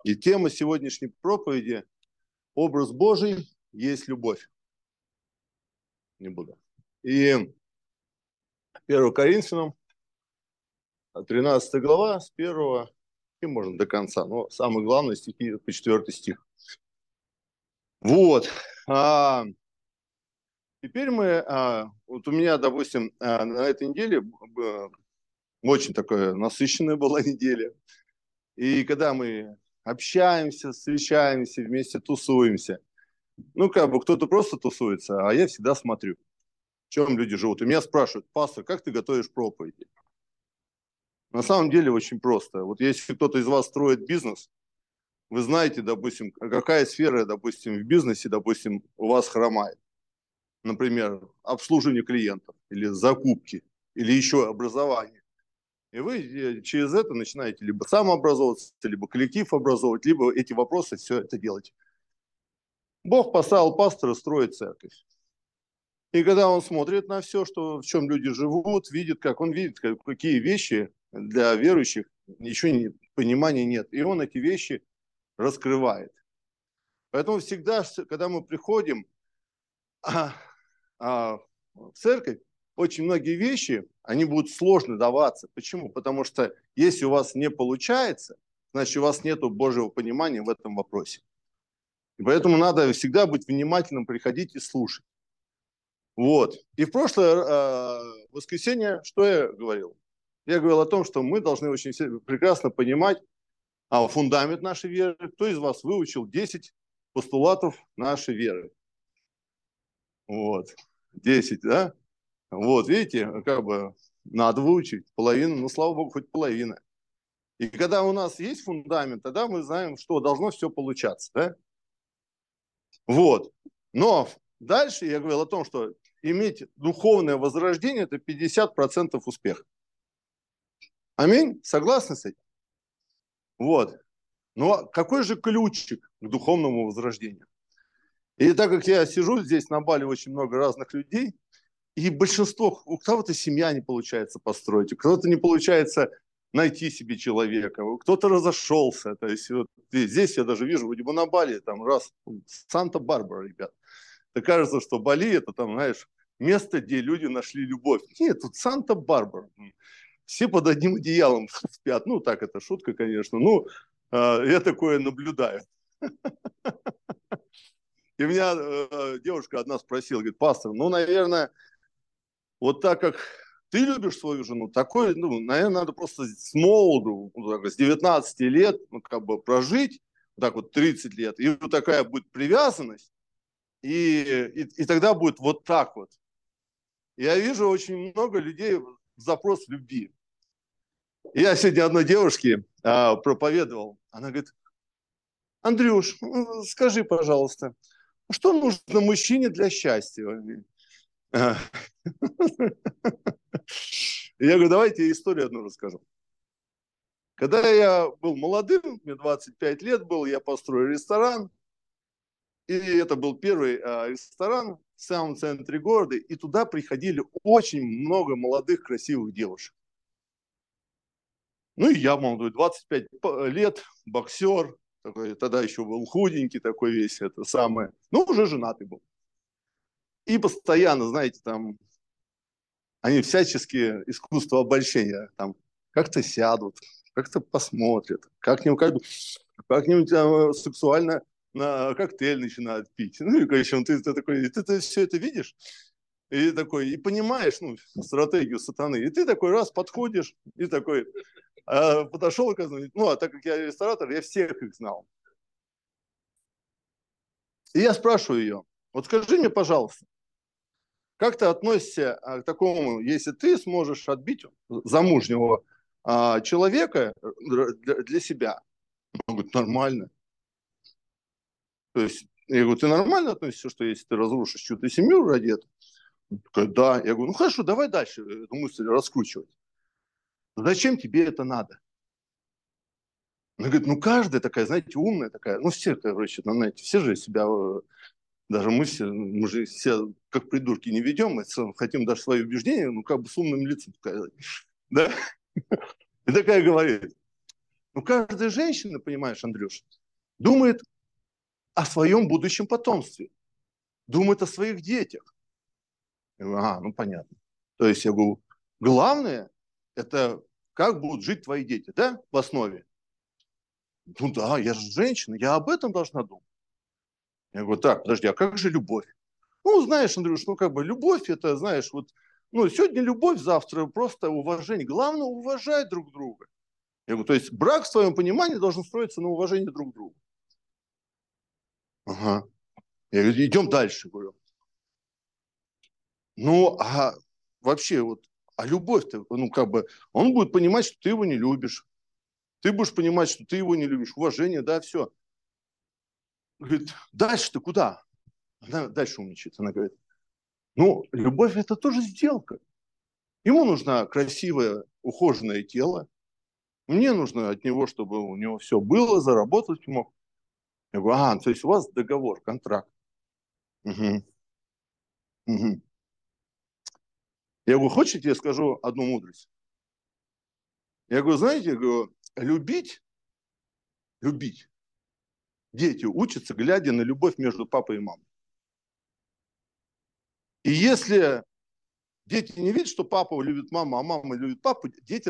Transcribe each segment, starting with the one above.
И тема сегодняшней проповеди — образ Божий есть любовь. Не буду. И 1 Коринфянам, 13 глава, с 1 и можно до конца, но самый главный стихи по 4 стих. Вот. Теперь мы, вот у меня, допустим, на этой неделе очень такая насыщенная была неделя. И когда мы общаемся, встречаемся, вместе тусуемся, ну, как бы кто-то просто тусуется, а я всегда смотрю, в чем люди живут. И меня спрашивают: пастор, как ты готовишь проповеди? На самом деле очень просто. Вот если кто-то из вас строит бизнес, вы знаете, допустим, какая сфера, допустим, в бизнесе, допустим, у вас хромает. Например, обслуживание клиентов, или закупки, или еще образование. И вы через это начинаете либо самообразовываться, либо коллектив образовывать, либо эти вопросы, все это делать. Бог поставил пастора строить церковь. И когда он смотрит на все, что, в чем люди живут, видит, как он видит, какие вещи для верующих еще понимания нет. И он эти вещи раскрывает. Поэтому всегда, когда мы приходим в церковь, очень многие вещи, они будут сложно даваться. Почему? Потому что если у вас не получается, значит, у вас нет Божьего понимания в этом вопросе. И поэтому надо всегда быть внимательным, приходить и слушать. Вот. И в прошлое воскресенье что я говорил? Я говорил о том, что мы должны очень прекрасно понимать фундамент нашей веры. Кто из вас выучил 10 постулатов нашей веры? Вот. 10, да? Вот, видите, как бы надо выучить половину, ну, слава богу, хоть половина. И когда у нас есть фундамент, тогда мы знаем, что должно все получаться, да? Вот. Но дальше я говорил о том, что иметь духовное возрождение – это 50% успеха. Аминь? Согласны с этим? Вот. Но какой же ключик к духовному возрождению? И так как я сижу здесь на Бали, очень много разных людей, и большинство, у кого-то семья не получается построить, у кого-то не получается найти себе человека, кто-то разошелся. То есть вот здесь я даже вижу, вроде бы на Бали, там раз, Санта-Барбара, ребят. Так кажется, что Бали – это там, знаешь, место, где люди нашли любовь. Нет, тут Санта-Барбара. Все под одним одеялом спят. Ну, так, это шутка, конечно. Ну, я такое наблюдаю. И меня девушка одна спросила, говорит: пастор, ну, наверное, вот так как ты любишь свою жену, такой, ну, наверное, надо просто с молоду, с 19 лет, ну, как бы прожить, вот так вот 30 лет, и вот такая будет привязанность, и тогда будет вот так вот. Я вижу очень много людей запрос любви. Я сегодня одной девушке проповедовал. Она говорит: Андрюш, скажи, пожалуйста, что нужно мужчине для счастья? Я говорю: давайте я историю одну расскажу. Когда я был молодым, мне 25 лет было, я построил ресторан. И это был первый ресторан в самом центре города. И туда приходили очень много молодых, красивых девушек. Ну и я молодой, 25 лет, боксер, такой, тогда еще был худенький такой весь, это самое. Ну, уже женатый был. И постоянно, знаете, там, они всяческие искусство обольщения, там, как-то сядут, как-то посмотрят, как-нибудь там, сексуально на коктейль начинают пить. Ну, и, конечно, ты такой, ты все это видишь, и такой, и понимаешь, ну, стратегию сатаны. И ты такой раз подходишь, и такой, подошел, оказывается, ну, а так как я ресторатор, я всех их знал. И я спрашиваю ее: вот скажи мне, пожалуйста, как ты относишься к такому, если ты сможешь отбить замужнего человека для себя? Он говорит: нормально. То есть, я говорю: ты нормально относишься, что если ты разрушишь чью-то семью ради этого? Он такой: да. Я говорю: ну хорошо, давай дальше эту мысль раскручивать. Зачем тебе это надо? Она говорит: ну каждая такая, знаете, умная такая, ну все, короче, знаете, все же себя, даже мы все, мы же все как придурки не ведем, мы хотим даже свои убеждения, ну как бы с умным лицом сказать, да? И такая говорит: Но каждая женщина, понимаешь, Андрюш, думает о своем будущем потомстве, думает о своих детях. Я говорю, ну понятно. То есть я говорю, главное, это как будут жить твои дети, да, в основе. Ну да, я же женщина, я об этом должна думать. Я говорю, так, подожди, а как же любовь? Ну, знаешь, Андрюш, ну как бы любовь, это, знаешь, вот, ну, сегодня любовь, завтра просто уважение. Главное уважать друг друга. Я говорю, то есть брак, в своем понимании, должен строиться на уважении друг к другу. Ага. Я говорю, идем дальше, говорю. Ну, а вообще вот, а любовь-то, ну, как бы, он будет понимать, что ты его не любишь. Ты будешь понимать, что ты его не любишь. Уважение, да, все. Говорит, дальше ты куда? Она дальше умничает. Она говорит, ну, любовь – это тоже сделка. Ему нужно красивое, ухоженное тело. Мне нужно от него, чтобы у него все было, заработать мог. Я говорю, то есть у вас договор, контракт. Угу, угу. Я говорю, хочешь, я тебе скажу одну мудрость? Я говорю, знаете, я говорю, любить. Дети учатся, глядя на любовь между папой и мамой. И если дети не видят, что папа любит маму, а мама любит папу, дети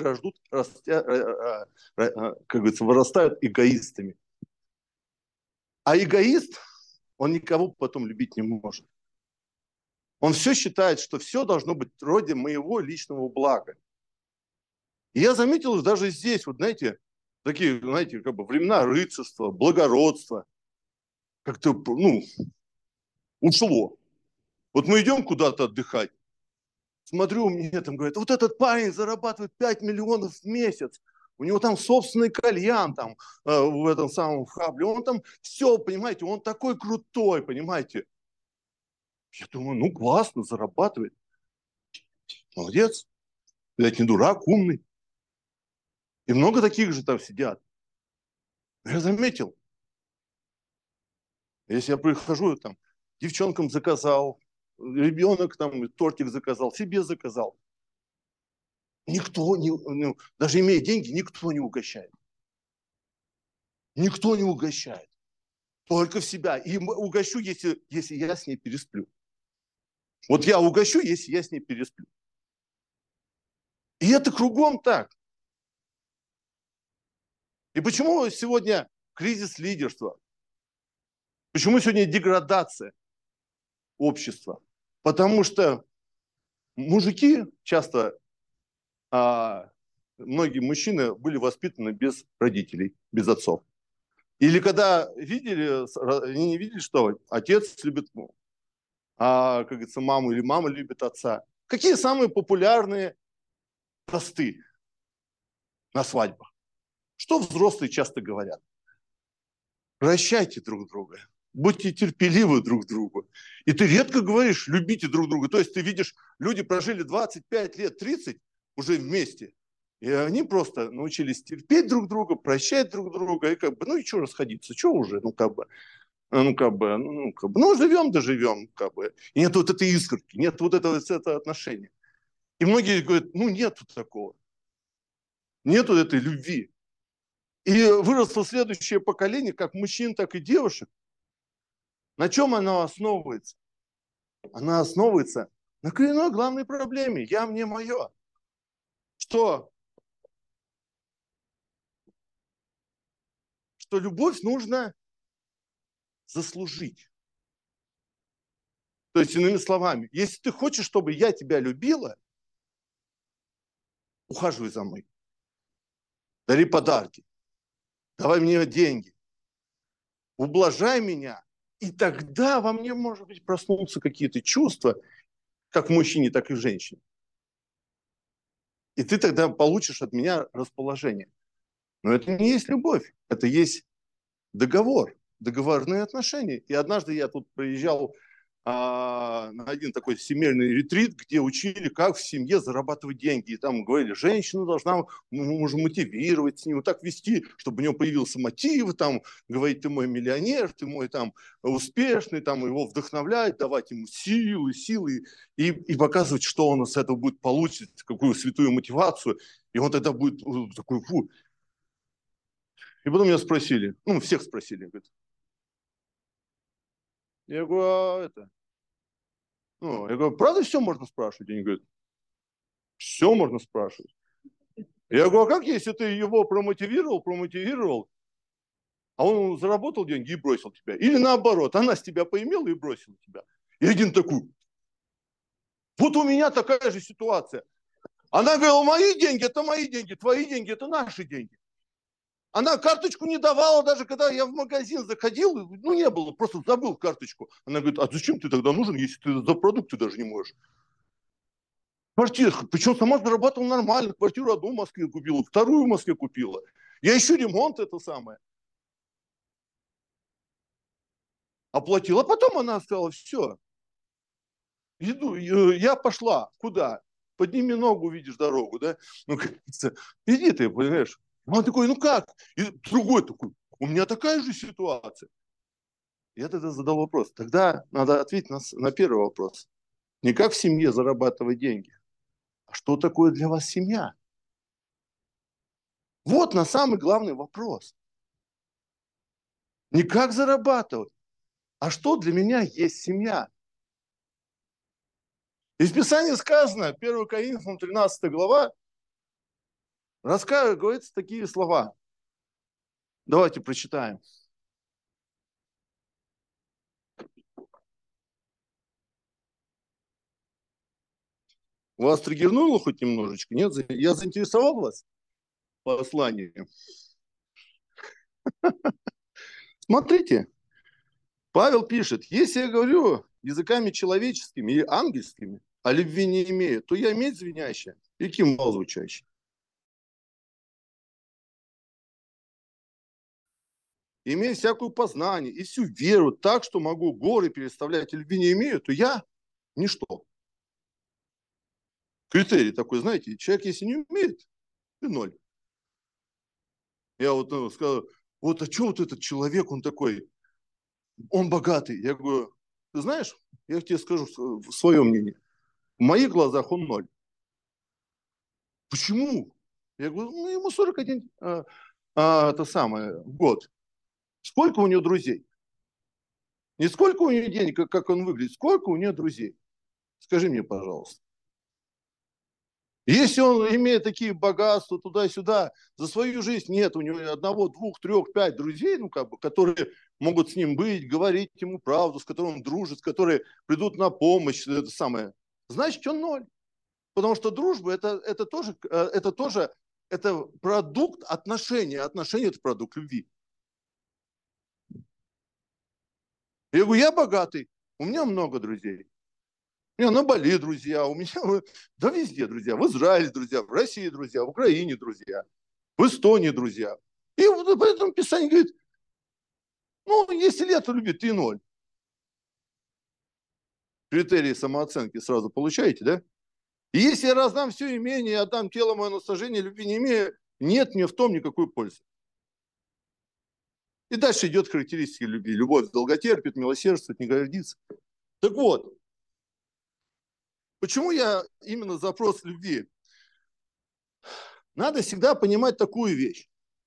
как говорится, вырастают эгоистами. А эгоист, он никого потом любить не может. Он все считает, что все должно быть вроде моего личного блага. И я заметил даже здесь, вот знаете, такие, знаете, как бы времена рыцарства, благородства, как-то, ну, ушло. Вот мы идем куда-то отдыхать, смотрю, мне там говорят, вот этот парень зарабатывает 5 миллионов в месяц, у него там собственный кальян там в этом самом хабле, он там все, понимаете, он такой крутой, понимаете. Я думаю, ну классно, зарабатывает, молодец, видать, не дурак, умный. И много таких же там сидят. Я заметил, если я прихожу, там, девчонкам заказал, ребенок там тортик заказал, себе заказал, никто не, ну, даже имея деньги, никто не угощает. Никто не угощает. Только в себя. И угощу, если я с ней пересплю. Вот я угощу, если я с ней пересплю. И это кругом так. И почему сегодня кризис лидерства? Почему сегодня деградация общества? Потому что мужики часто, многие мужчины были воспитаны без родителей, без отцов. Или когда видели, они не видели, что отец любит, как говорится, маму или мама любит отца. Какие самые популярные тосты на свадьбах? Что взрослые часто говорят? Прощайте друг друга, будьте терпеливы друг к другу. И ты редко говоришь, любите друг друга. То есть ты видишь, люди прожили 25 лет, 30 уже вместе. И они просто научились терпеть друг друга, прощать друг друга. И как бы, ну и что расходиться, что уже, ну, живем, доживем, как бы. И нет вот этой искорки, нет вот этого отношения. И многие говорят, ну, нету такого. Нету этой любви. И выросло следующее поколение, как мужчин, так и девушек. На чем оно основывается? Она основывается на коренной главной проблеме. Я, мне, мое. Что? Что любовь нужно заслужить. То есть, иными словами, если ты хочешь, чтобы я тебя любила, ухаживай за мной. Дари подарки. Давай мне деньги. Ублажай меня. И тогда во мне, может быть, проснутся какие-то чувства, как в мужчине, так и в женщине. И ты тогда получишь от меня расположение. Но это не есть любовь, это есть договор, договорные отношения. И однажды я тут приезжал на один такой семейный ретрит, где учили, как в семье зарабатывать деньги. И там говорили, женщина должна мужа мотивировать, с ним вот так вести, чтобы у него появился мотив, там, говорить, ты мой миллионер, ты мой там успешный, там, его вдохновлять, давать ему силы, и показывать, что он с этого будет получить, какую святую мотивацию. И он тогда будет такой, И потом меня спросили, ну, всех спросили, говорит. Я говорю, а это? Ну, я говорю, правда все можно спрашивать? Они говорят, все можно спрашивать. Я говорю, а как, если ты его промотивировал, а он заработал деньги и бросил тебя? Или наоборот, она с тебя поимела и бросила тебя. И один такой, вот у меня такая же ситуация. Она говорила, мои деньги, твои деньги, это наши деньги. Она карточку не давала, даже когда я в магазин заходил, ну не было, просто забыл карточку. Она говорит, а зачем ты тогда нужен, если ты за продукты даже не можешь? Квартира, причем сама зарабатывала нормально, квартиру одну в Москве купила, вторую в Москве купила. Я еще ремонт это самое. Оплатила, а потом она сказала, все, иду, я пошла, куда? Подними ногу, увидишь дорогу, да? Ну, кажется, иди ты, понимаешь? Он такой, ну как? И другой такой, у меня такая же ситуация. Я тогда задал вопрос. Тогда надо ответить на первый вопрос. Не как в семье зарабатывать деньги, а что такое для вас семья? Вот на самый главный вопрос. Не как зарабатывать, а что для меня есть семья? Из Писания сказано, 1 Коринфянам 13 глава, говорится такие слова. Давайте прочитаем. Вас триггернуло хоть немножечко? Нет? Я заинтересовал вас посланием? Смотрите, Павел пишет, если я говорю языками человеческими или ангельскими, а любви не имею, то я медь звенящая и кимвал звучащий. Имея всякую познание и всю веру так, что могу горы переставлять, и любви не имею, то я ничто. Критерий такой, знаете, человек, если не умеет, ты ноль. Я вот сказал, вот а что вот этот человек, он такой, он богатый. Я говорю, ты знаешь, я тебе скажу свое мнение. В моих глазах он ноль. Почему? Я говорю, ну ему 41 это самое, год. Сколько у него друзей? Не сколько у него денег, как он выглядит, сколько у него друзей? Скажи мне, пожалуйста. Если он имеет такие богатства туда-сюда, за свою жизнь нет у него одного, двух, трех, пять друзей, ну, как бы, которые могут с ним быть, говорить ему правду, с которым он дружит, которые придут на помощь, это самое, значит, он ноль. Потому что дружба это тоже это продукт отношений. Отношения – это продукт любви. Я говорю, я богатый, у меня много друзей. У меня на Бали друзья, у меня да везде друзья. В Израиле друзья, в России друзья, в Украине друзья, в Эстонии друзья. И вот поэтому Писание говорит, ну, если лето любит, ты ноль. Критерии самооценки сразу получаете, да? И если я раздам все имение, отдам тело мое на сожжение, любви не имею, нет мне в том никакой пользы. И дальше идет характеристики любви. Любовь долготерпит, милосердствует, не гордится. Так вот, почему я именно запрос любви? Надо всегда понимать такую вещь,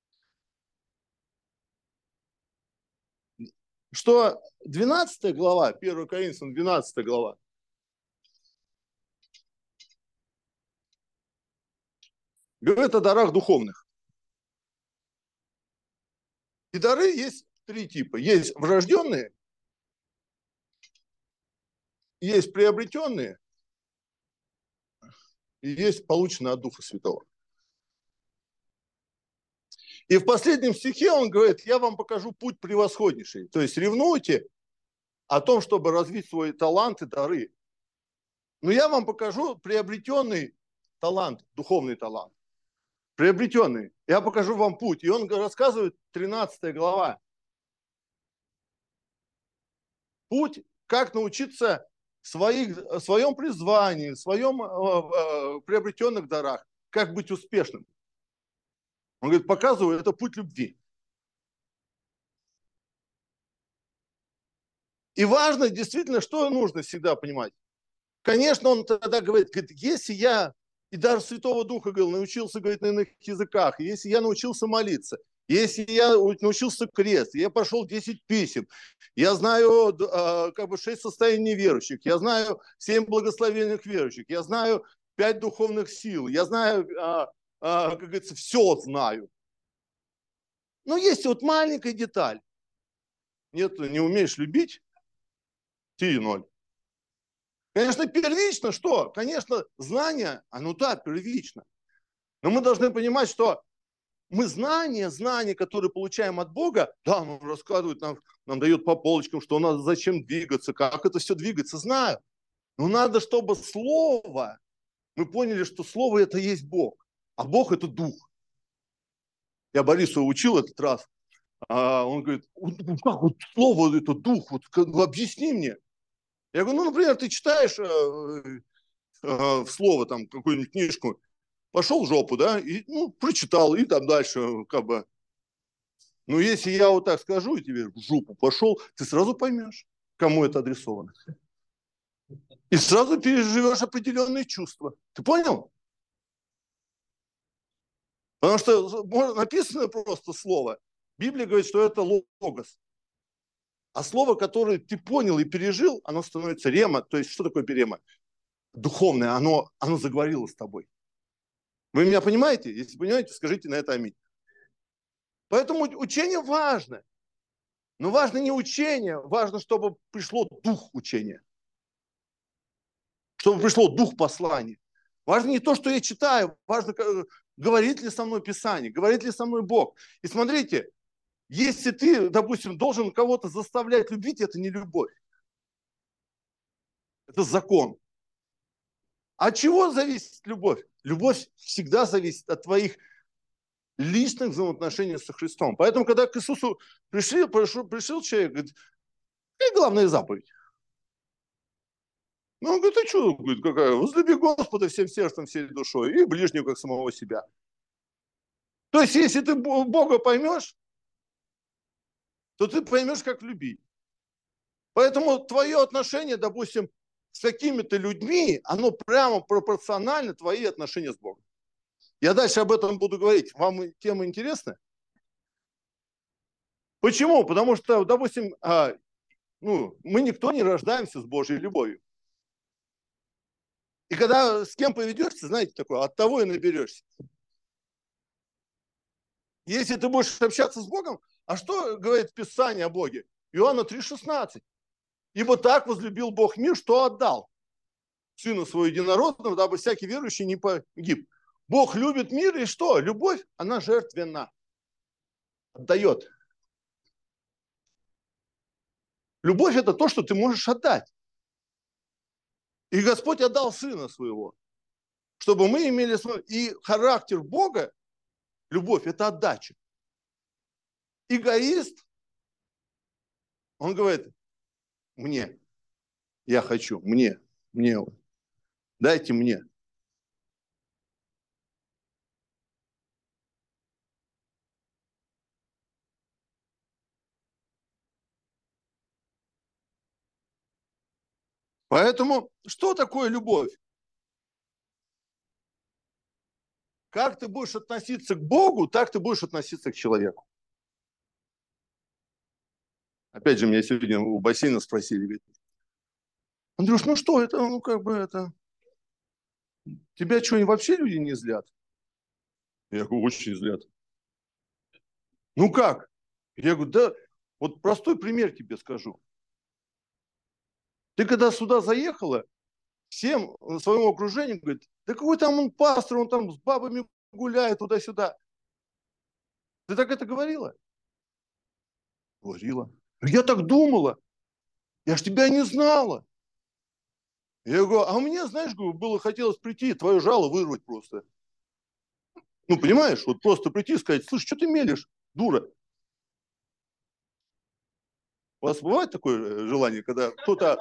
что 12 глава, 1 Коринфянам 12 глава, говорит о дарах духовных. И дары есть три типа. Есть врожденные, есть приобретенные, и есть полученные от Духа Святого. И в последнем стихе он говорит, я вам покажу путь превосходнейший. То есть ревнуйте о том, чтобы развить свой талант и дары. Но я вам покажу приобретенный талант, духовный талант. Приобретенный. Я покажу вам путь. И он рассказывает, 13 глава. Путь, как научиться в своем призвании, в своем приобретенных дарах, как быть успешным. Он говорит, показываю, это путь любви. И важно действительно, что нужно всегда понимать. Конечно, он тогда говорит, если я и дар Святого Духа, говорил, научился говорить на иных языках, если я научился молиться, Если я научился крест, я прошел 10 писем, я знаю как бы 6 состояний верующих, я знаю 7 благословенных верующих, я знаю 5 духовных сил, я знаю, как говорится, все знаю. Но есть вот маленькая деталь. Нет, не умеешь любить, ты ноль. Конечно, первично что? Конечно, знание, оно да, первично. Но мы должны понимать, что мы знания, которые получаем от Бога, да, он рассказывает нам дает по полочкам, что у нас зачем двигаться, как это все двигается, знаю. Но надо, чтобы Слово, мы поняли, что Слово это есть Бог, а Бог это Дух. Я Борису учил этот раз, он говорит, как вот Слово это Дух, вот объясни мне. Я говорю, ну, например, ты читаешь в Слово там какую-нибудь книжку, пошел в жопу, да, и, ну, прочитал, и там дальше, как бы. Но если я вот так скажу, и тебе в жопу пошел, ты сразу поймешь, кому это адресовано. И сразу переживешь определенные чувства. Ты понял? Потому что написано просто слово. Библия говорит, что это логос. А слово, которое ты понял и пережил, оно становится рема. То есть, что такое перема? Духовное. Оно заговорило с тобой. Вы меня понимаете? Если понимаете, скажите на это аминь. Поэтому учение важно. Но важно не учение, важно, чтобы пришло дух учения. Чтобы пришло дух послания. Важно не то, что я читаю, важно, говорит ли со мной Писание, говорит ли со мной Бог. И смотрите, если ты, допустим, должен кого-то заставлять любить, это не любовь. Это закон. От чего зависит любовь? Любовь всегда зависит от твоих личных взаимоотношений со Христом. Поэтому, когда к Иисусу пришел человек, говорит, какая главная заповедь? Ну, он говорит, а что? Говорит, какая? Возлюби Господа всем сердцем, всей душой и ближнего, как самого себя. То есть, если ты Бога поймешь, то ты поймешь, как любить. Поэтому твое отношение, допустим, с какими-то людьми, оно прямо пропорционально твои отношения с Богом. Я дальше об этом буду говорить. Вам тема интересна? Почему? Потому что, допустим, мы никто не рождаемся с Божьей любовью. И когда с кем поведешься, знаете, такое, от того и наберешься. Если ты будешь общаться с Богом, а что говорит Писание о Боге? Иоанна 3,16. Ибо так возлюбил Бог мир, что отдал Сына Своего Единородного, дабы всякий верующий не погиб. Бог любит мир, и что? Любовь, она жертвенна. Отдает. Любовь – это то, что ты можешь отдать. И Господь отдал Сына Своего, чтобы мы имели свой... И характер Бога, любовь – это отдача. Эгоист, он говорит, мне, я хочу, мне, дайте мне. Поэтому что такое любовь? Как ты будешь относиться к Богу, так ты будешь относиться к человеку. Опять же, меня сегодня у бассейна спросили, говорит, Андрюш, ну что это, ну как бы это, тебя что, вообще люди не злят? Я говорю, очень злят. Ну как? Я говорю, да, вот простой пример тебе скажу. Ты когда сюда заехала, всем своему окружению говорит, да какой там он пастор, он там с бабами гуляет туда-сюда. Ты так это говорила? Говорила. Я так думала. Я ж тебя не знала. Я говорю, а мне, знаешь, было хотелось прийти, твое жало вырвать просто. Ну, понимаешь, вот просто прийти и сказать, слышь, что ты мелешь, дура? У вас бывает такое желание, когда кто-то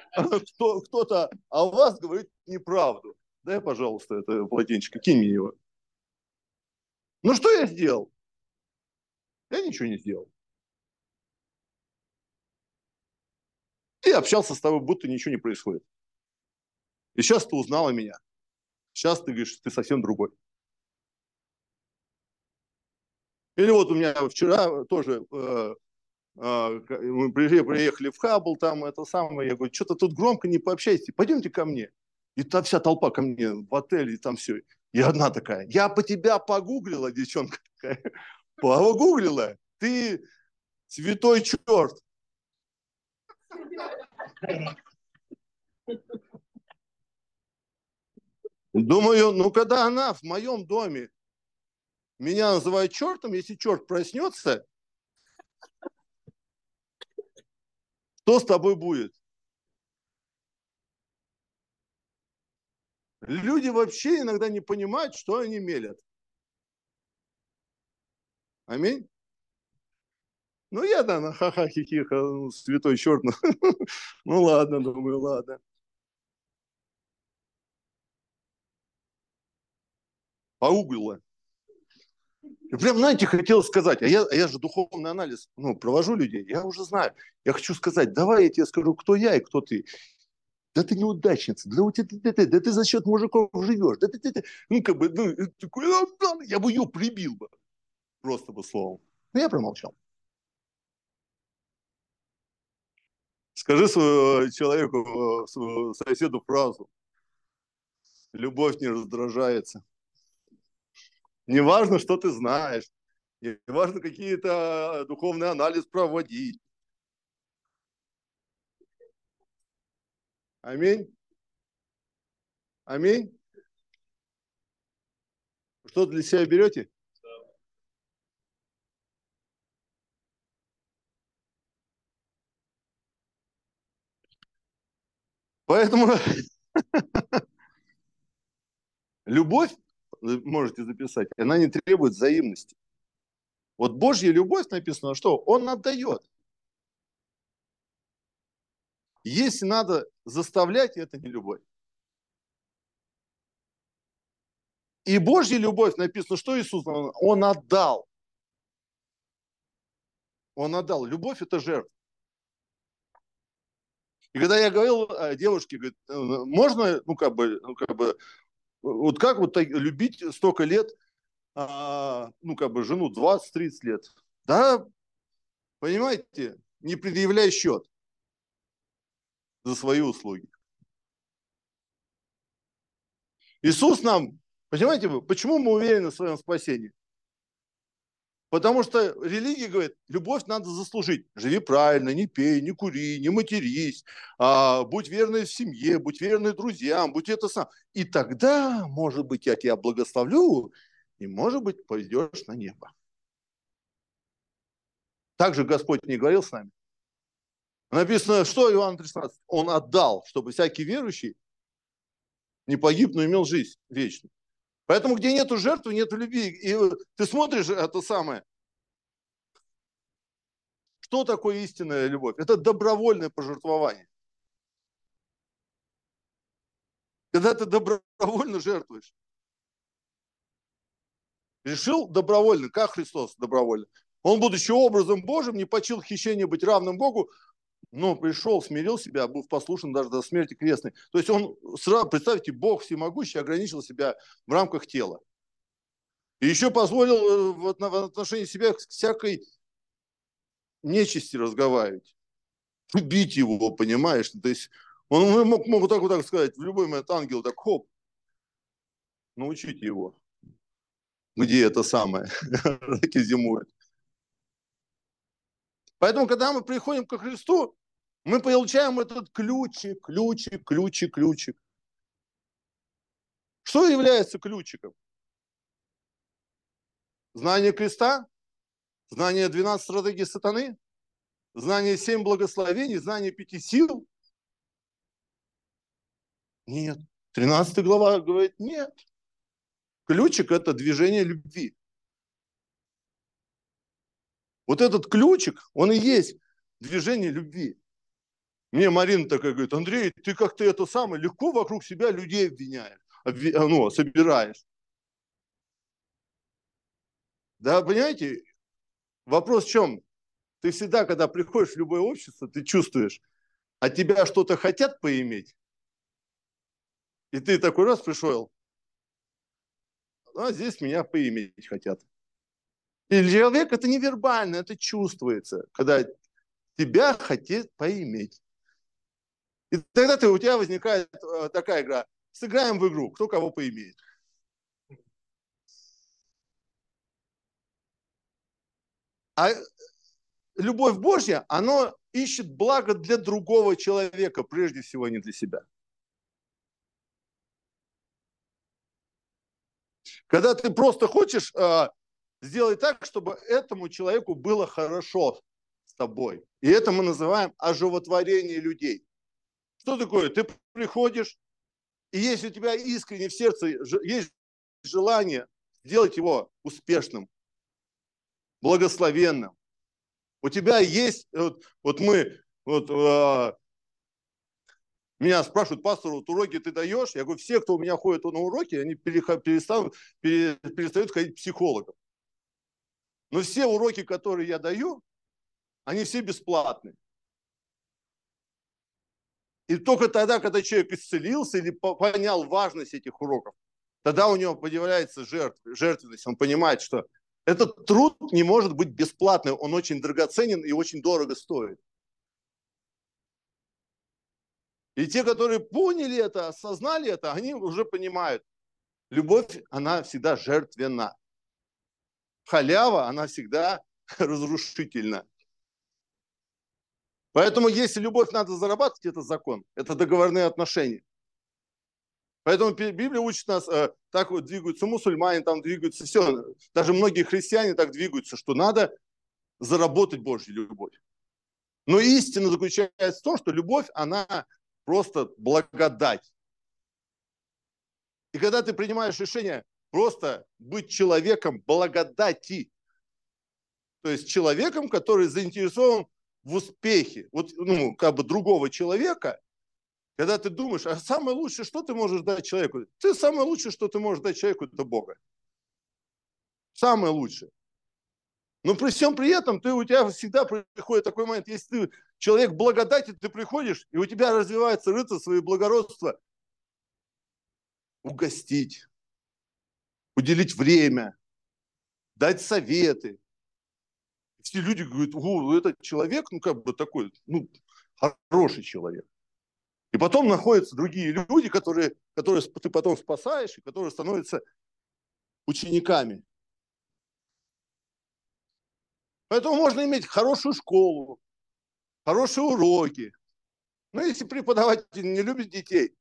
о вас говорит неправду? Дай, пожалуйста, это полотенчик, кинь мне его. Ну, что я сделал? Я ничего не сделал. И общался с тобой, будто ничего не происходит. И сейчас ты узнала меня. Сейчас ты говоришь, ты совсем другой. Или вот у меня вчера тоже мы приехали в Хаббл, там это самое, я говорю, что-то тут громко, не пообщайтесь, пойдемте ко мне. И там вся толпа ко мне в отеле, и там все. И одна такая, я по тебя погуглила, девчонка такая, погуглила, ты святой черт. Думаю, ну когда она в моем доме меня называет чертом, если черт проснется, что с тобой будет? Люди вообще иногда не понимают, что они мелят. Аминь. Ну, я, да, на ха-ха-хи-хи, святой черт. Ну, ладно, думаю, ладно. Погуглила. И прям, знаете, хотел сказать, а я же духовный анализ провожу людей, я уже знаю. Я хочу сказать, давай я тебе скажу, кто я и кто ты. Да ты неудачница, да ты за счет мужиков живешь, ну, как бы, такой, я бы ее прибил бы, просто бы словом. Но я промолчал. Скажи своему человеку, своему соседу фразу. Любовь не раздражается. Не важно, что ты знаешь. Не важно, какие-то духовный анализ проводить. Аминь. Аминь. Что для себя берете? Поэтому любовь, можете записать, она не требует взаимности. Вот Божья любовь написано, что Он отдает. Если надо заставлять, это не любовь. И Божья любовь написано, что Иисус, Он отдал. Он отдал. Любовь – это жертва. И когда я говорил девушке, говорит, можно, вот как вот любить столько лет, жену 20-30 лет? Да, понимаете, не предъявляй счет за свои услуги. Иисус нам, понимаете, почему мы уверены в своем спасении? Потому что религия говорит, любовь надо заслужить. Живи правильно, не пей, не кури, не матерись, будь верной в семье, будь верной друзьям, будь это сам. И тогда, может быть, я тебя благословлю, и, может быть, пойдешь на небо. Так же Господь не говорил с нами. Написано, что Иоанн 13? Он отдал, чтобы всякий верующий не погиб, но имел жизнь вечную. Поэтому, где нету жертвы, нету любви. И ты смотришь это самое. Что такое истинная любовь? Это добровольное пожертвование. Когда ты добровольно жертвуешь. Решил добровольно, как Христос добровольно. Он, будучи образом Божьим, не почил хищение быть равным Богу, но пришел, смирил себя, был послушен даже до смерти крестной. То есть он, сразу, представьте, Бог всемогущий ограничил себя в рамках тела. И еще позволил в отношении себя всякой нечисти разговаривать. Убить его, понимаешь? То есть он мог вот так сказать, в любой момент ангел так хоп, научите его. Где это самое, таки зимует. Поэтому, когда мы приходим ко Христу, мы получаем этот ключик. Что является ключиком? Знание креста, знание 12 стратегий сатаны, знание 7 благословений, знание 5 сил? Нет. 13 глава говорит, нет. Ключик – это движение любви. Вот этот ключик, он и есть движение любви. Мне Марина такая говорит, Андрей, ты как-то это самое легко вокруг себя людей обвиняешь, собираешь. Да, понимаете, вопрос в чем? Ты всегда, когда приходишь в любое общество, ты чувствуешь, от тебя что-то хотят поиметь, и ты такой раз пришел, а здесь меня поиметь хотят. И человек это невербально, это чувствуется, когда тебя хотят поиметь. И тогда у тебя возникает такая игра. Сыграем в игру, кто кого поимеет. А любовь Божья, она ищет благо для другого человека, прежде всего не для себя. Когда ты просто хочешь сделать так, чтобы этому человеку было хорошо с тобой. И это мы называем оживотворение людей. Что такое? Ты приходишь, и если у тебя искренне в сердце есть желание сделать его успешным, благословенным, у тебя есть, меня спрашивают, пастор, вот уроки ты даешь? Я говорю, все, кто у меня ходит на уроки, они перестают ходить к психологам. Но все уроки, которые я даю, они все бесплатные. И только тогда, когда человек исцелился или понял важность этих уроков, тогда у него появляется жертвенность. Он понимает, что этот труд не может быть бесплатным, он очень драгоценен и очень дорого стоит. И те, которые поняли это, осознали это, они уже понимают, любовь, она всегда жертвенна. Халява, она всегда разрушительна. Поэтому, если любовь надо зарабатывать, это закон, это договорные отношения. Поэтому Библия учит нас, так вот двигаются мусульмане, там двигаются все. Даже многие христиане так двигаются, что надо заработать Божью любовь. Но истина заключается в том, что любовь, она просто благодать. И когда ты принимаешь решение просто быть человеком благодати, то есть человеком, который заинтересован в успехе, вот, другого человека, когда ты думаешь, а самое лучшее, что ты можешь дать человеку? Самое лучшее, что ты можешь дать человеку, это Бога. Самое лучшее. Но при всем при этом у тебя всегда приходит такой момент, если ты человек благодати, ты приходишь, и у тебя развивается рыцарство и благородство, угостить, уделить время, дать советы. Все люди говорят, этот человек, такой, хороший человек. И потом находятся другие люди, которые ты потом спасаешь, и которые становятся учениками. Поэтому можно иметь хорошую школу, хорошие уроки. Но если преподаватель не любит детей,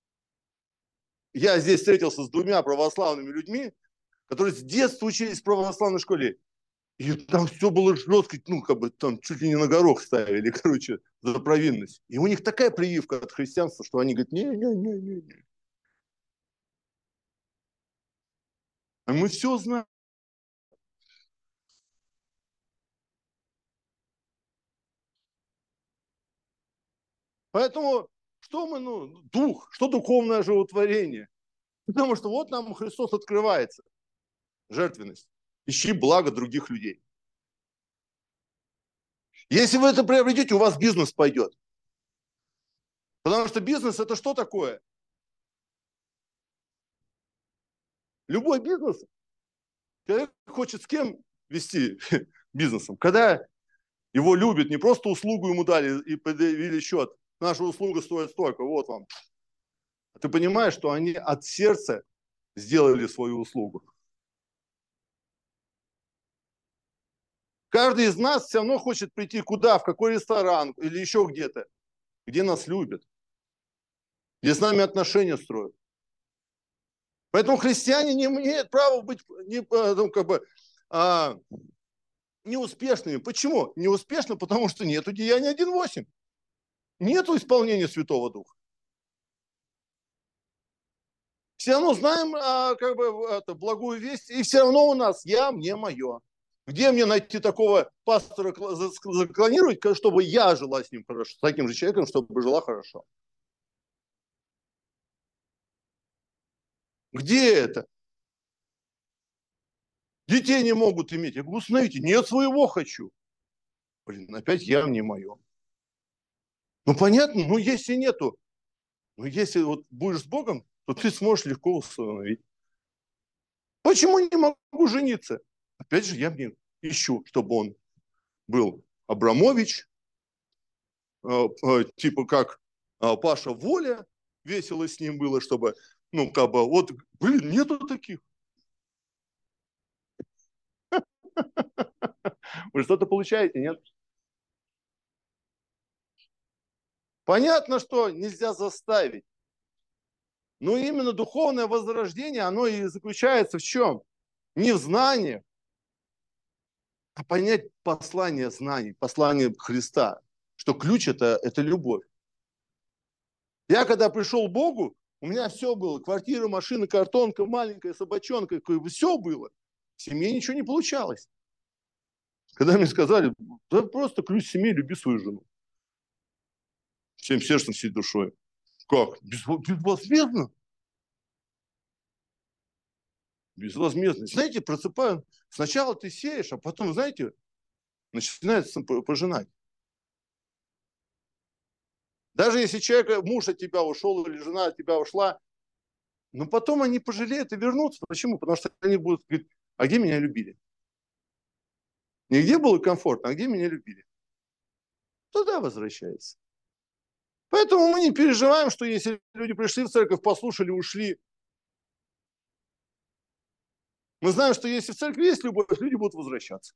я здесь встретился с 2 православными людьми, которые с детства учились в православной школе. И там все было жестко, там чуть ли не на горох ставили, за провинность. И у них такая прививка от христианства, что они говорят, не. А мы все знаем. Поэтому что дух, что духовное животворение? Потому что вот нам Христос открывается. Жертвенность. Ищи благо других людей. Если вы это приобретете, у вас бизнес пойдет. Потому что бизнес это что такое? Любой бизнес, человек хочет с кем вести бизнесом. Когда его любят, не просто услугу ему дали и предъявили счет. Наша услуга стоит столько, вот вам. А ты понимаешь, что они от сердца сделали свою услугу. Каждый из нас все равно хочет прийти куда, в какой ресторан или еще где-то, где нас любят, где с нами отношения строят. Поэтому христиане не имеют права быть неуспешными. Почему? Неуспешно, потому что нету Деяния 1.8. Нету исполнения Святого Духа. Все равно знаем благую весть, и все равно у нас я, мне, мое. Где мне найти такого пастора заклонировать, чтобы я жила с ним хорошо, с таким же человеком, чтобы жила хорошо? Где это? Детей не могут иметь. Я говорю, установите, нет, своего хочу. Блин, опять я, мне, мое. Понятно, если нету. Если вот будешь с Богом, то ты сможешь легко установить. Почему не могу жениться? Опять же, я, мне. ищу, чтобы он был Абрамович, типа как Паша Воля, весело с ним было, чтобы, ну, как бы, вот, блин, нету таких. Вы что-то получаете, нет? Понятно, что нельзя заставить. Но именно духовное возрождение, оно и заключается в чем? Не в знании, а понять послание знаний, послание Христа, что ключ это любовь. Я когда пришел к Богу, у меня все было. Квартира, машина, картонка, маленькая собачонка, все было. В семье ничего не получалось. Когда мне сказали, да просто ключ семьи, люби свою жену. Всем сердцем, всей душой. Как? Безвозмездно? Безвозмездно. Знаете, просыпаю. Сначала ты сеешь, а потом, знаете, начинается пожинать. Даже если человек, муж от тебя ушел или жена от тебя ушла, но потом они пожалеют и вернутся. Почему? Потому что они будут говорить, а где меня любили? Не где было комфортно, а где меня любили? Туда возвращается. Поэтому мы не переживаем, что если люди пришли в церковь, послушали, ушли. Мы знаем, что если в церкви есть любовь, люди будут возвращаться.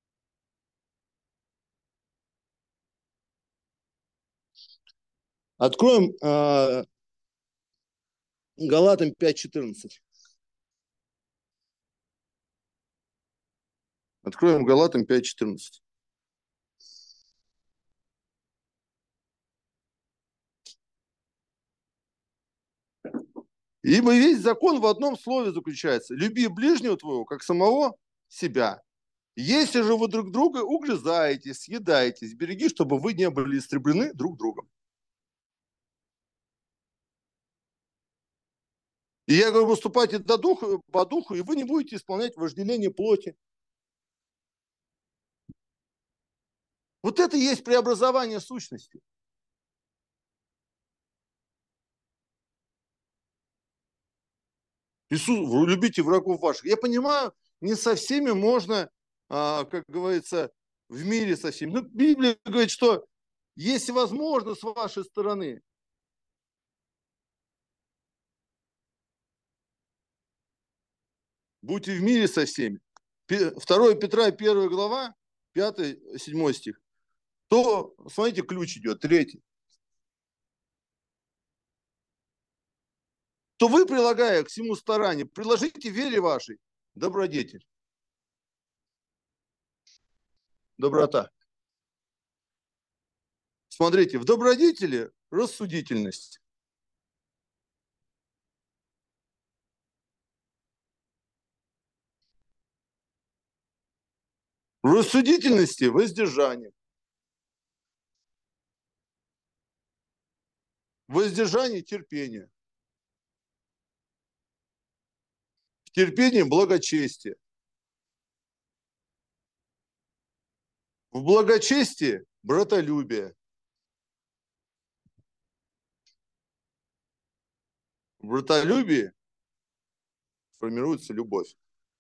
Откроем Галатам 5:14. Откроем Галатам 5:14. Ибо весь закон в одном слове заключается. Люби ближнего твоего, как самого себя. Если же вы друг друга угрызаетесь, съедаетесь, береги, чтобы вы не были истреблены друг другом. И я говорю, выступайте по духу, и вы не будете исполнять вожделение плоти. Вот это и есть преобразование сущности. Иисус, вы любите врагов ваших. Я понимаю, не со всеми можно, как говорится, в мире со всеми. Но Библия говорит, что если возможно с вашей стороны, будьте в мире со всеми. 2 Петра, 1 глава, 5-7 стих. То, смотрите, ключ идет, 3. То вы, прилагая к всему старанию, приложите вере вашей добродетель. Доброта. Смотрите, в добродетели рассудительность. В рассудительности воздержание. В воздержании терпение. В терпении благочестие. В благочестии братолюбие. В братолюбии формируется любовь.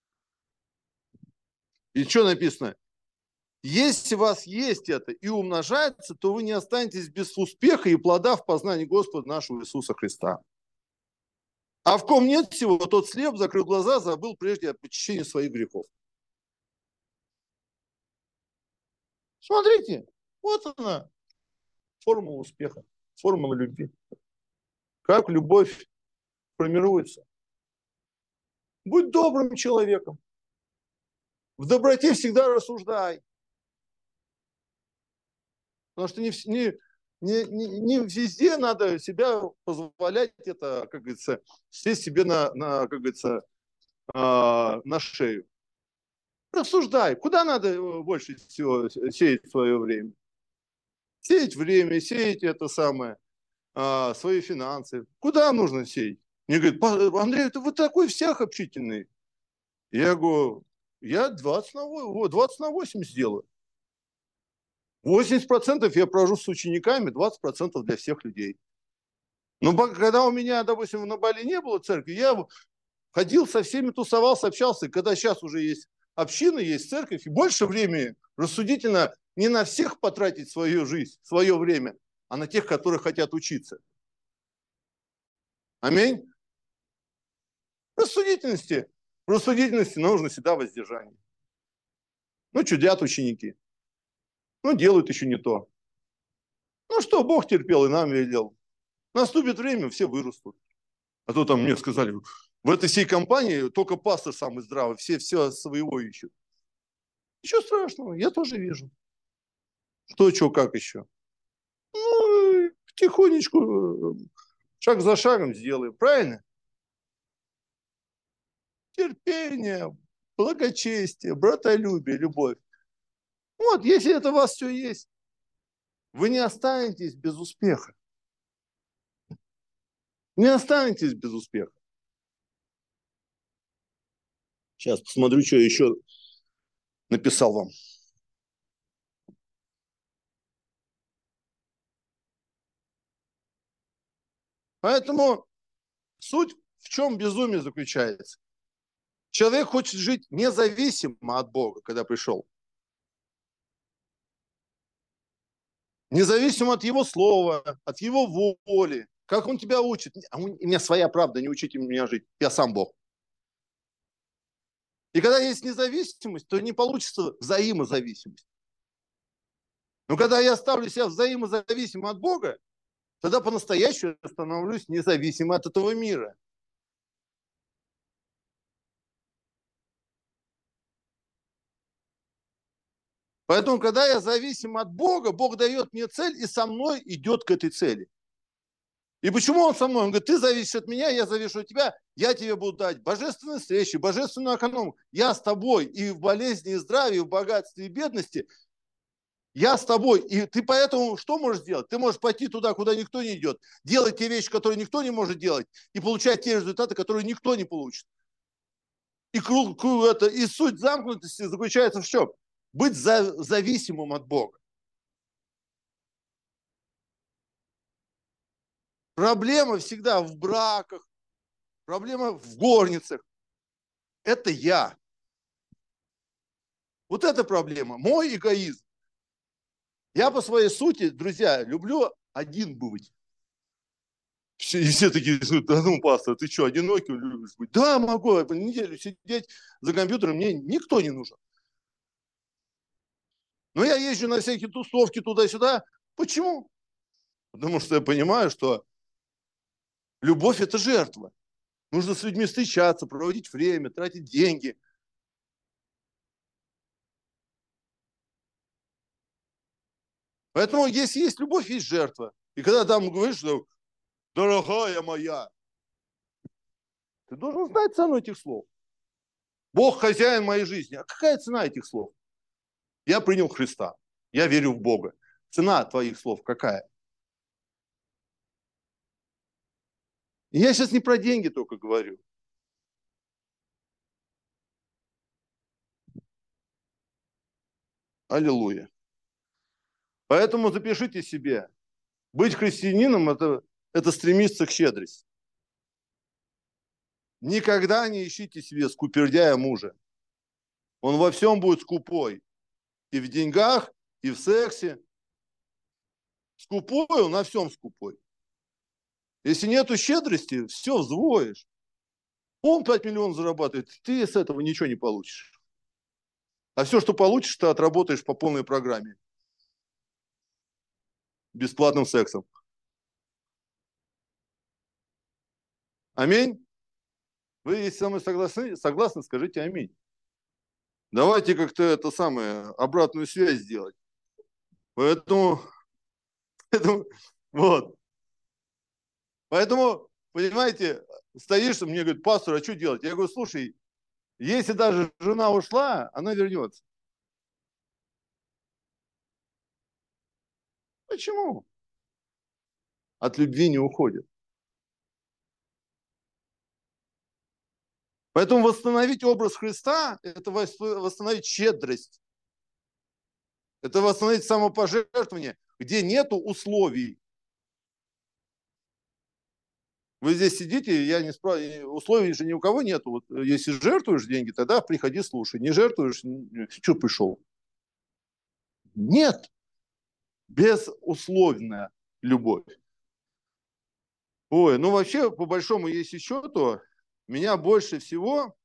И что написано? Если у вас есть это и умножается, то вы не останетесь без успеха и плода в познании Господа нашего Иисуса Христа. А в ком нет всего, тот слеп, закрыл глаза, забыл прежде о почищении своих грехов. Смотрите, вот она, формула успеха, формула любви. Как любовь формируется. Будь добрым человеком. В доброте всегда рассуждай. Потому что не везде надо себя позволять это, как говорится, сесть себе как говорится, на шею. Рассуждай, куда надо больше всего сеять свое время. Сеять время, сеять это самое, свои финансы. Куда нужно сеять? Мне говорят, Андрей, ты вот такой всех общительный. Я говорю, я 20 на 8 сделаю. 80% я провожу с учениками, 20% для всех людей. Но когда у меня, допустим, на Бали не было церкви, я ходил со всеми, тусовался, общался. И когда сейчас уже есть община, есть церковь, и больше времени рассудительно не на всех потратить свою жизнь, свое время, а на тех, которые хотят учиться. Аминь. Рассудительности. В рассудительности нужно всегда воздержание. Ну, чудят ученики. Ну, делают еще не то. Ну, что, Бог терпел и нам велел. Наступит время, все вырастут. А то там мне сказали, в этой всей компании только пастор самый здравый, все своего ищут. Ничего страшного, я тоже вижу. Что, как еще? Ну, потихонечку, шаг за шагом сделаем, правильно? Терпение, благочестие, братолюбие, любовь. Вот, если это у вас все есть, вы не останетесь без успеха. Не останетесь без успеха. Сейчас посмотрю, что еще написал вам. Поэтому суть в чем безумие заключается. Человек хочет жить независимо от Бога, когда пришел. Независимо от Его слова, от Его воли. Как Он тебя учит. У меня своя правда, не учите меня жить. Я сам Бог. И когда есть независимость, то не получится взаимозависимость. Но когда я ставлю себя взаимозависимым от Бога, тогда по-настоящему я становлюсь независимым от этого мира. Поэтому, когда я зависим от Бога, Бог дает мне цель и со мной идет к этой цели. И почему Он со мной? Он говорит, ты зависишь от меня, я завишу от тебя, я тебе буду дать божественные встречи, божественную экономику. Я с тобой и в болезни, и в здравии, и в богатстве, и в бедности. Я с тобой. И ты поэтому что можешь делать? Ты можешь пойти туда, куда никто не идет, делать те вещи, которые никто не может делать, и получать те результаты, которые никто не получит. И суть замкнутости заключается в чем? Быть зависимым от Бога. Проблема всегда в браках, проблема в горницах. Это я. Вот это проблема. Мой эгоизм. Я по своей сути, друзья, люблю один быть. И все такие, да ну, пастор, ты что, одинокий любишь быть? Да, могу, неделю сидеть за компьютером, мне никто не нужен. Но я езжу на всякие тусовки туда-сюда. Почему? Потому что я понимаю, что любовь – это жертва. Нужно с людьми встречаться, проводить время, тратить деньги. Поэтому если есть любовь, есть жертва. И когда там говоришь, что дорогая моя, ты должен знать цену этих слов. Бог хозяин моей жизни. А какая цена этих слов? Я принял Христа. Я верю в Бога. Цена твоих слов какая? И я сейчас не про деньги только говорю. Аллилуйя. Поэтому запишите себе. Быть христианином это стремиться к щедрости. Никогда не ищите себе скупердяя мужа. Он во всем будет скупой. И в деньгах, и в сексе. Скупой, он на всем скупой. Если нету щедрости, все взвоишь. Он 5 миллионов зарабатывает, ты с этого ничего не получишь. А все, что получишь, ты отработаешь по полной программе. Бесплатным сексом. Аминь. Вы, если со мной согласны, скажите аминь. Давайте как-то это самое, обратную связь сделать. Поэтому вот. Поэтому, понимаете, стоишь, мне говорит, пастор, а что делать? Я говорю, слушай, если даже жена ушла, она вернется. Почему? От любви не уходит. Поэтому восстановить образ Христа – это восстановить щедрость. Это восстановить самопожертвование, где нету условий. Вы здесь сидите, я не спрашиваю, условий же ни у кого нету. Вот если жертвуешь деньги, тогда приходи, слушай. Не жертвуешь, что пришел? Нет, безусловная любовь. Ой, ну вообще, по большому если счету, меня больше всего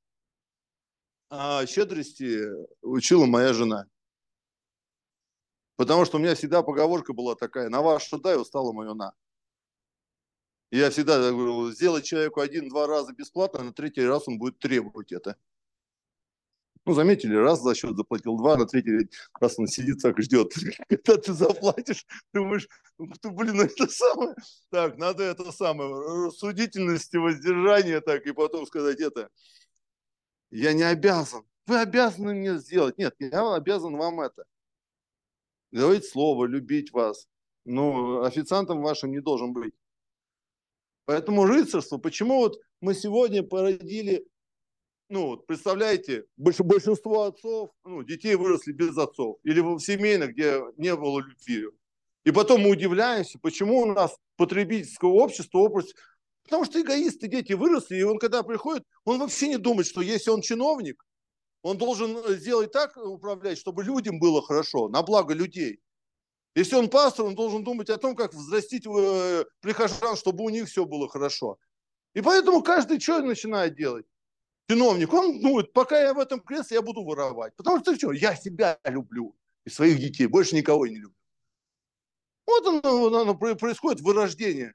щедрости учила моя жена. Потому что у меня всегда поговорка была такая: на ваше дай, устала мое на. И я всегда говорю, сделать человеку один-два раза бесплатно, а на третий раз он будет требовать это. Ну, заметили, раз за счет заплатил, два, на третий раз он сидит так и ждет. Когда ты заплатишь, думаешь, блин, это самое. Так, надо это самое, рассудительности, воздержание, так, и потом сказать это. Я не обязан. Вы обязаны мне сделать. Нет, я обязан вам это. Говорить слово, любить вас. Но официантом вашим не должен быть. Поэтому рыцарство, почему вот мы сегодня породили, ну, вот представляете, большинство отцов, ну, детей выросли без отцов. Или в семейных, где не было любви. И потом мы удивляемся, почему у нас потребительское общество, потому что эгоисты дети выросли, и он когда приходит, он вообще не думает, что если он чиновник, он должен сделать так, управлять, чтобы людям было хорошо, на благо людей. Если он пастор, он должен думать о том, как взрастить прихожан, чтобы у них все было хорошо. И поэтому каждый что начинает делать? Чиновник, он думает, пока я в этом кресле, я буду воровать. Потому что что, я себя люблю и своих детей, больше никого не люблю. Вот оно происходит вырождение.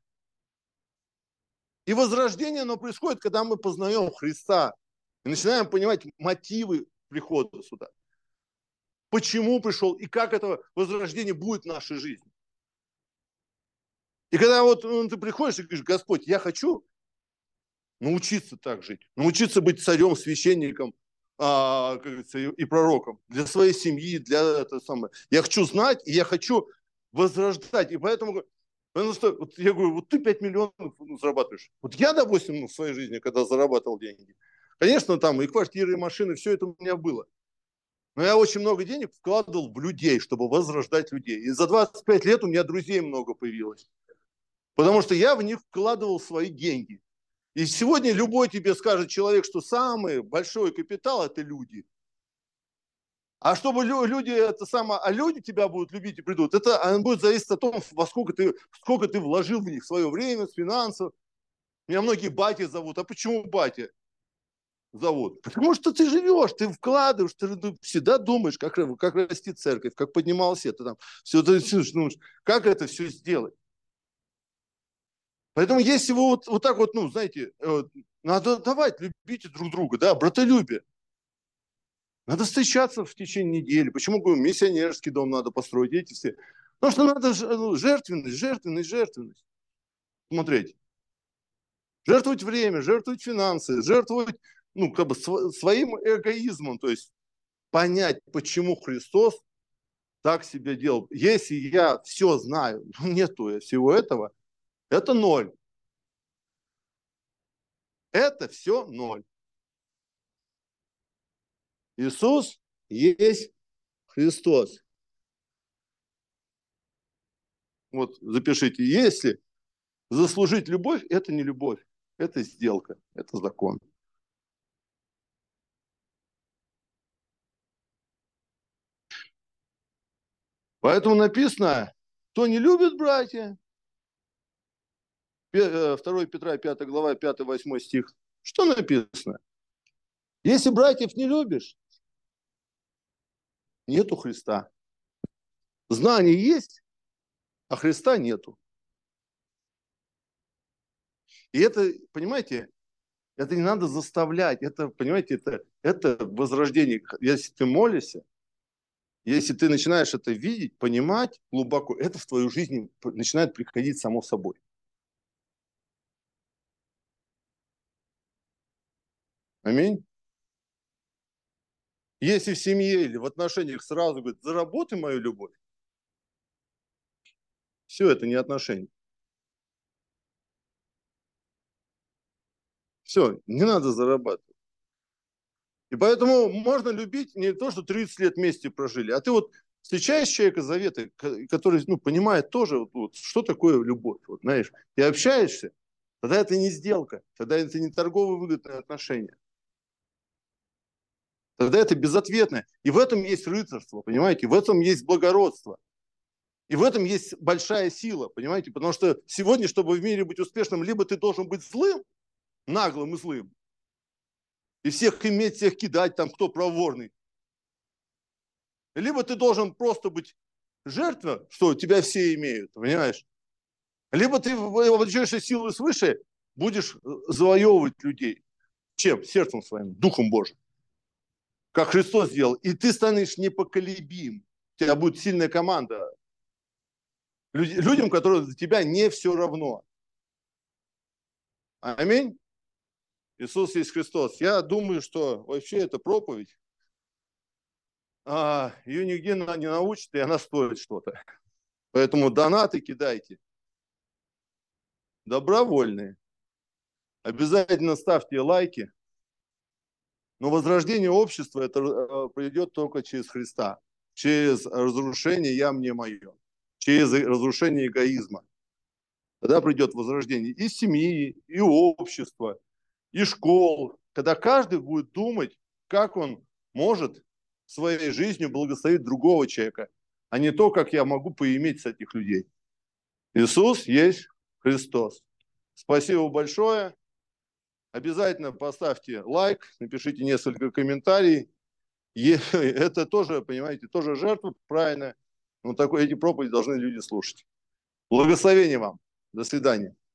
И возрождение, оно происходит, когда мы познаем Христа и начинаем понимать мотивы прихода сюда. Почему пришел и как это возрождение будет в нашей жизни. И когда вот ты приходишь и говоришь, Господь, я хочу научиться так жить, научиться быть царем, священником, как говорится, и пророком для своей семьи, для этого самого. Я хочу знать, и я хочу возрождать. И поэтому, потому что вот я говорю, вот ты 5 миллионов зарабатываешь. Вот я, допустим, в своей жизни, когда зарабатывал деньги, конечно, там и квартиры, и машины, все это у меня было. Но я очень много денег вкладывал в людей, чтобы возрождать людей. И за 25 лет у меня друзей много появилось. Потому что я в них вкладывал свои деньги. И сегодня любой тебе скажет человек, что самый большой капитал – это люди. А чтобы люди это самое, а люди тебя будут любить и придут, это будет зависеть от того, во сколько ты вложил в них свое время, финансов. Меня многие батя зовут. А почему батя зовут? Потому что ты живешь, ты вкладываешь, ты всегда думаешь, как растит церковь, как поднималась это там. Все, как это все сделать. Поэтому если вы вот так вот, ну, знаете, надо давать, любите друг друга, да, братолюбие. Надо встречаться в течение недели. Почему говорю, миссионерский дом надо построить, эти все. Потому что надо жертвенность. Смотреть. Жертвовать время, жертвовать финансы, жертвовать, ну, как бы своим эгоизмом. То есть понять, почему Христос так себя делал. Если я все знаю, нету всего этого, это ноль. Это все ноль. Иисус есть Христос. Вот запишите, если заслужить любовь, это не любовь, это сделка, это закон. Поэтому написано, кто не любит братья, 2 Петра 5 глава, 5-8 стих, что написано? Если братьев не любишь, нету Христа. Знание есть, а Христа нету. И это, понимаете, это не надо заставлять, это, понимаете, это возрождение. Если ты молишься, если ты начинаешь это видеть, понимать глубоко, это в твою жизнь начинает приходить само собой. Аминь. Если в семье или в отношениях сразу говорят, заработай мою любовь, все, это не отношения. Все, не надо зарабатывать. И поэтому можно любить не то, что 30 лет вместе прожили, а ты вот встречаешь человека завета, который, ну, понимает тоже, вот, что такое любовь, вот, знаешь, и общаешься, Тогда это не сделка, тогда это не торговые выгодные отношения. Тогда это безответное. И в этом есть рыцарство, понимаете? В этом есть благородство. И в этом есть большая сила, понимаете? Потому что сегодня, чтобы в мире быть успешным, либо ты должен быть злым, наглым и злым, и всех иметь, всех кидать, там, кто проворный. Либо ты должен просто быть жертва, что тебя все имеют, понимаешь? Либо ты обладаешь силой свыше, будешь завоевывать людей. Чем? Сердцем своим, Духом Божьим. Как Христос сделал. И ты станешь непоколебим. У тебя будет сильная команда. Людям, которые для тебя не все равно. Аминь. Иисус есть Христос. Я думаю, что вообще эта проповедь, ее нигде не научат, и она стоит что-то. Поэтому донаты кидайте. Добровольные. Обязательно ставьте лайки. Но возрождение общества это придет только через Христа. Через разрушение «я, мне, мое». Через разрушение эгоизма. Тогда придет возрождение и семьи, и общества, и школ. Когда каждый будет думать, как он может своей жизнью благословить другого человека, а не то, как я могу поиметь с этих людей. Иисус есть Христос. Спасибо большое. Обязательно поставьте лайк, напишите несколько комментариев. Это тоже, понимаете, тоже жертва, правильно. Но эти проповеди должны люди слушать. Благословения вам. До свидания.